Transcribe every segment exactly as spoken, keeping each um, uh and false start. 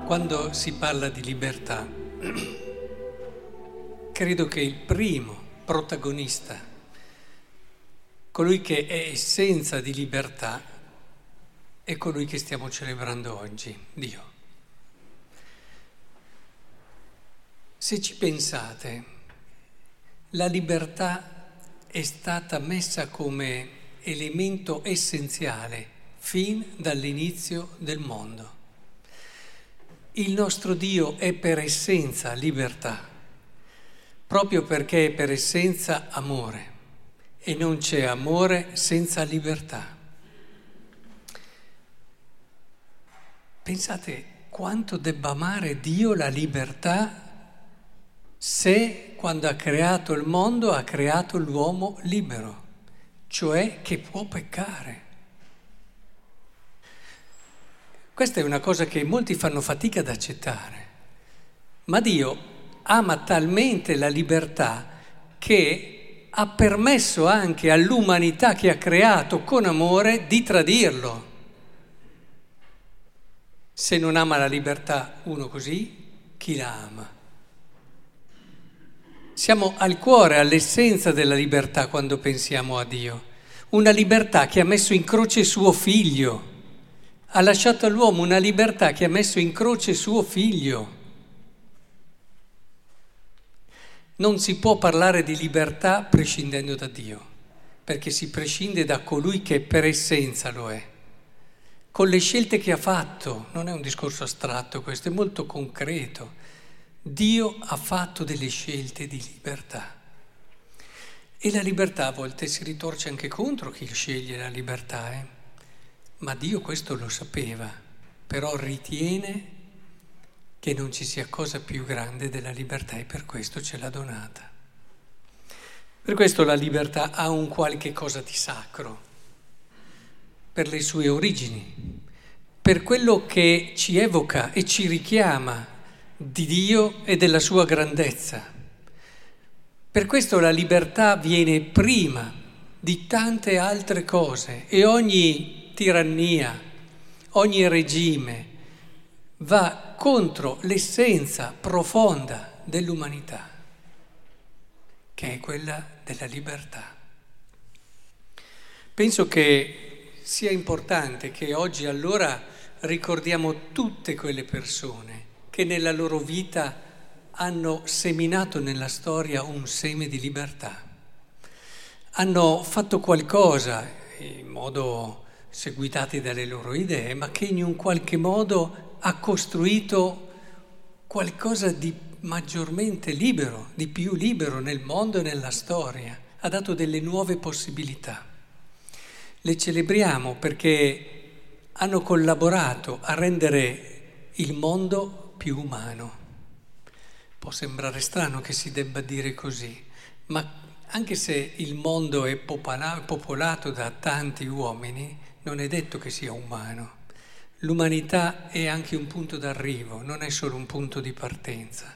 Quando si parla di libertà, credo che il primo protagonista, colui che è essenza di libertà, è colui che stiamo celebrando oggi, Dio. Se ci pensate, la libertà è stata messa come elemento essenziale fin dall'inizio del mondo. Il nostro Dio è per essenza libertà, proprio perché è per essenza amore e non c'è amore senza libertà. Pensate quanto debba amare Dio la libertà se quando ha creato il mondo ha creato l'uomo libero, cioè che può peccare. Questa è una cosa che molti fanno fatica ad accettare, ma Dio ama talmente la libertà che ha permesso anche all'umanità che ha creato con amore di tradirlo. Se non ama la libertà uno così, chi la ama? Siamo al cuore, all'essenza della libertà quando pensiamo a Dio. Una libertà che ha messo in croce suo figlio. Ha lasciato all'uomo una libertà che ha messo in croce suo figlio. Non si può parlare di libertà prescindendo da Dio, perché si prescinde da colui che per essenza lo è. Con le scelte che ha fatto, non è un discorso astratto questo, è molto concreto. Dio ha fatto delle scelte di libertà. E la libertà a volte si ritorce anche contro chi sceglie la libertà, eh? Ma Dio questo lo sapeva, però ritiene che non ci sia cosa più grande della libertà e per questo ce l'ha donata. Per questo la libertà ha un qualche cosa di sacro, per le sue origini, per quello che ci evoca e ci richiama di Dio e della sua grandezza. Per questo la libertà viene prima di tante altre cose e ogni tirannia, ogni regime va contro l'essenza profonda dell'umanità, che è quella della libertà. Penso che sia importante che oggi allora ricordiamo tutte quelle persone che nella loro vita hanno seminato nella storia un seme di libertà, hanno fatto qualcosa in modo seguitati dalle loro idee, ma che in un qualche modo ha costruito qualcosa di maggiormente libero, di più libero nel mondo e nella storia, ha dato delle nuove possibilità. Le celebriamo perché hanno collaborato a rendere il mondo più umano. Può sembrare strano che si debba dire così, ma anche se il mondo è popolato da tanti uomini, non è detto che sia umano. L'umanità è anche un punto d'arrivo, non è solo un punto di partenza.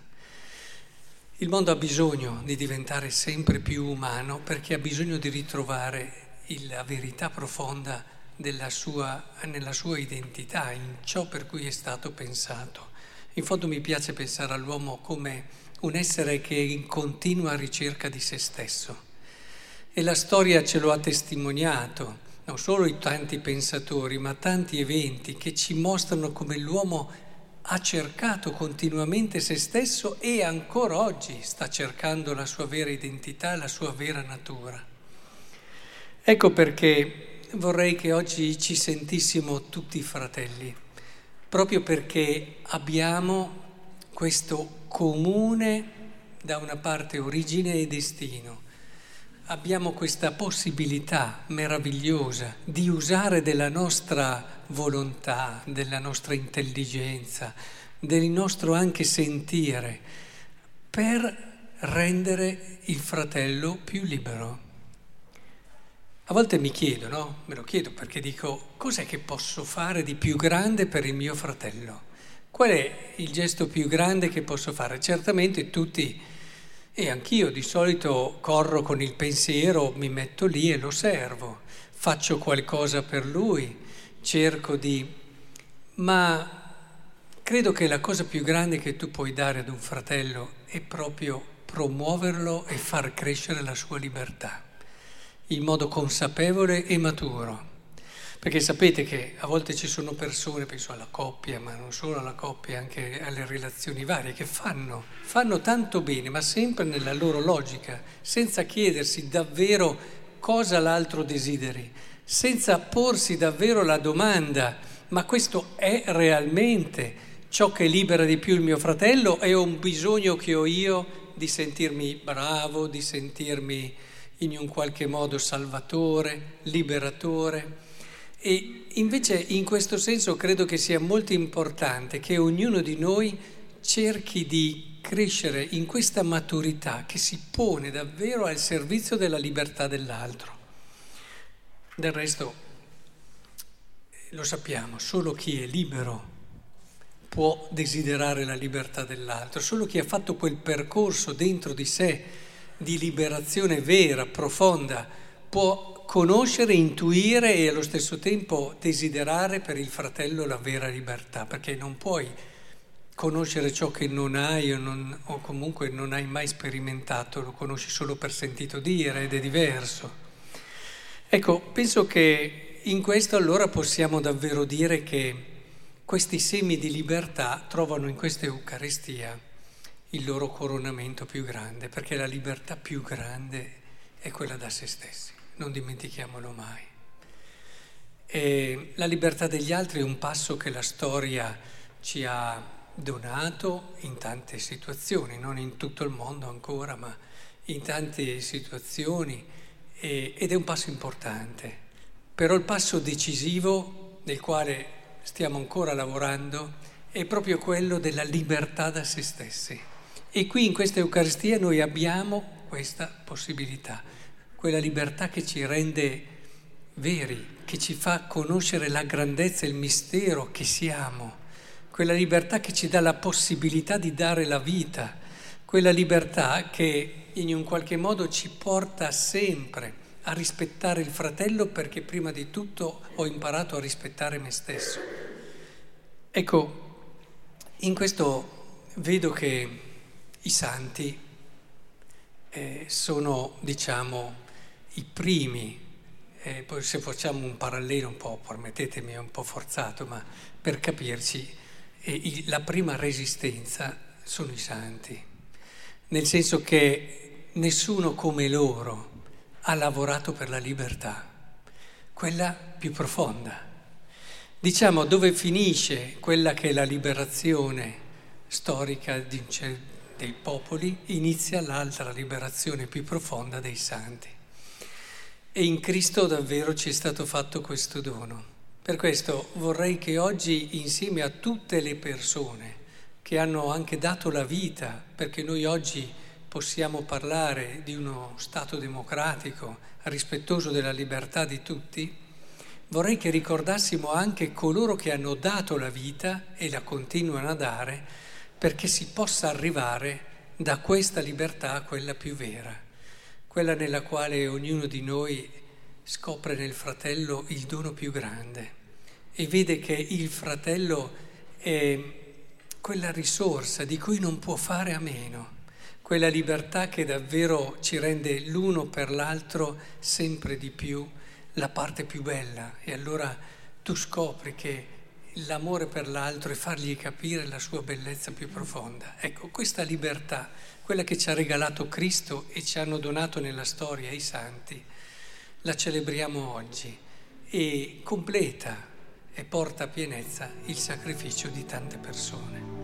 Il mondo ha bisogno di diventare sempre più umano perché ha bisogno di ritrovare la verità profonda della sua, nella sua identità, in ciò per cui è stato pensato. In fondo mi piace pensare all'uomo come un essere che è in continua ricerca di se stesso. E la storia ce lo ha testimoniato. Non solo i tanti pensatori, ma tanti eventi che ci mostrano come l'uomo ha cercato continuamente se stesso e ancora oggi sta cercando la sua vera identità, la sua vera natura. Ecco perché vorrei che oggi ci sentissimo tutti fratelli, proprio perché abbiamo questo comune, da una parte, origine e destino. Abbiamo questa possibilità meravigliosa di usare della nostra volontà, della nostra intelligenza, del nostro anche sentire, per rendere il fratello più libero. A volte mi chiedo, no? Me lo chiedo perché dico, cos'è che posso fare di più grande per il mio fratello? Qual è il gesto più grande che posso fare? Certamente tutti. E anch'io di solito corro con il pensiero, mi metto lì e lo servo, faccio qualcosa per lui, cerco di... Ma credo che la cosa più grande che tu puoi dare ad un fratello è proprio promuoverlo e far crescere la sua libertà, in modo consapevole e maturo. Perché sapete che a volte ci sono persone, penso alla coppia, ma non solo alla coppia, anche alle relazioni varie, che fanno, fanno tanto bene, ma sempre nella loro logica, senza chiedersi davvero cosa l'altro desideri, senza porsi davvero la domanda, ma questo è realmente ciò che libera di più il mio fratello? È un bisogno che ho io di sentirmi bravo, di sentirmi in un qualche modo salvatore, liberatore? E invece in questo senso credo che sia molto importante che ognuno di noi cerchi di crescere in questa maturità che si pone davvero al servizio della libertà dell'altro. Del resto, lo sappiamo, solo chi è libero può desiderare la libertà dell'altro, solo chi ha fatto quel percorso dentro di sé di liberazione vera, profonda, può conoscere, intuire e allo stesso tempo desiderare per il fratello la vera libertà, perché non puoi conoscere ciò che non hai o, non, o comunque non hai mai sperimentato, lo conosci solo per sentito dire ed è diverso. Ecco, penso che in questo allora possiamo davvero dire che questi semi di libertà trovano in questa Eucaristia il loro coronamento più grande, perché la libertà più grande è quella da se stessi. Non dimentichiamolo mai. E la libertà degli altri è un passo che la storia ci ha donato in tante situazioni, non in tutto il mondo ancora, ma in tante situazioni, e, ed è un passo importante. Però il passo decisivo, del quale stiamo ancora lavorando, è proprio quello della libertà da se stessi. E qui in questa Eucaristia noi abbiamo questa possibilità. Quella libertà che ci rende veri, che ci fa conoscere la grandezza e il mistero che siamo, quella libertà che ci dà la possibilità di dare la vita, quella libertà che in un qualche modo ci porta sempre a rispettare il fratello, perché prima di tutto ho imparato a rispettare me stesso. Ecco, in questo vedo che i santi eh, sono, diciamo, i primi, eh, poi se facciamo un parallelo un po', permettetemi, è un po' forzato, ma per capirci, eh, i, la prima resistenza sono i santi, nel senso che nessuno come loro ha lavorato per la libertà, quella più profonda. Diciamo, dove finisce quella che è la liberazione storica di, cioè, dei popoli, inizia l'altra liberazione più profonda dei santi. E in Cristo davvero ci è stato fatto questo dono. Per questo vorrei che oggi, insieme a tutte le persone che hanno anche dato la vita, perché noi oggi possiamo parlare di uno Stato democratico, rispettoso della libertà di tutti, vorrei che ricordassimo anche coloro che hanno dato la vita e la continuano a dare, perché si possa arrivare da questa libertà a quella più vera, quella nella quale ognuno di noi scopre nel fratello il dono più grande e vede che il fratello è quella risorsa di cui non può fare a meno, quella libertà che davvero ci rende l'uno per l'altro sempre di più la parte più bella. E allora tu scopri che l'amore per l'altro è fargli capire la sua bellezza più profonda. Ecco, questa libertà, quella che ci ha regalato Cristo e ci hanno donato nella storia i santi, la celebriamo oggi e completa e porta a pienezza il sacrificio di tante persone.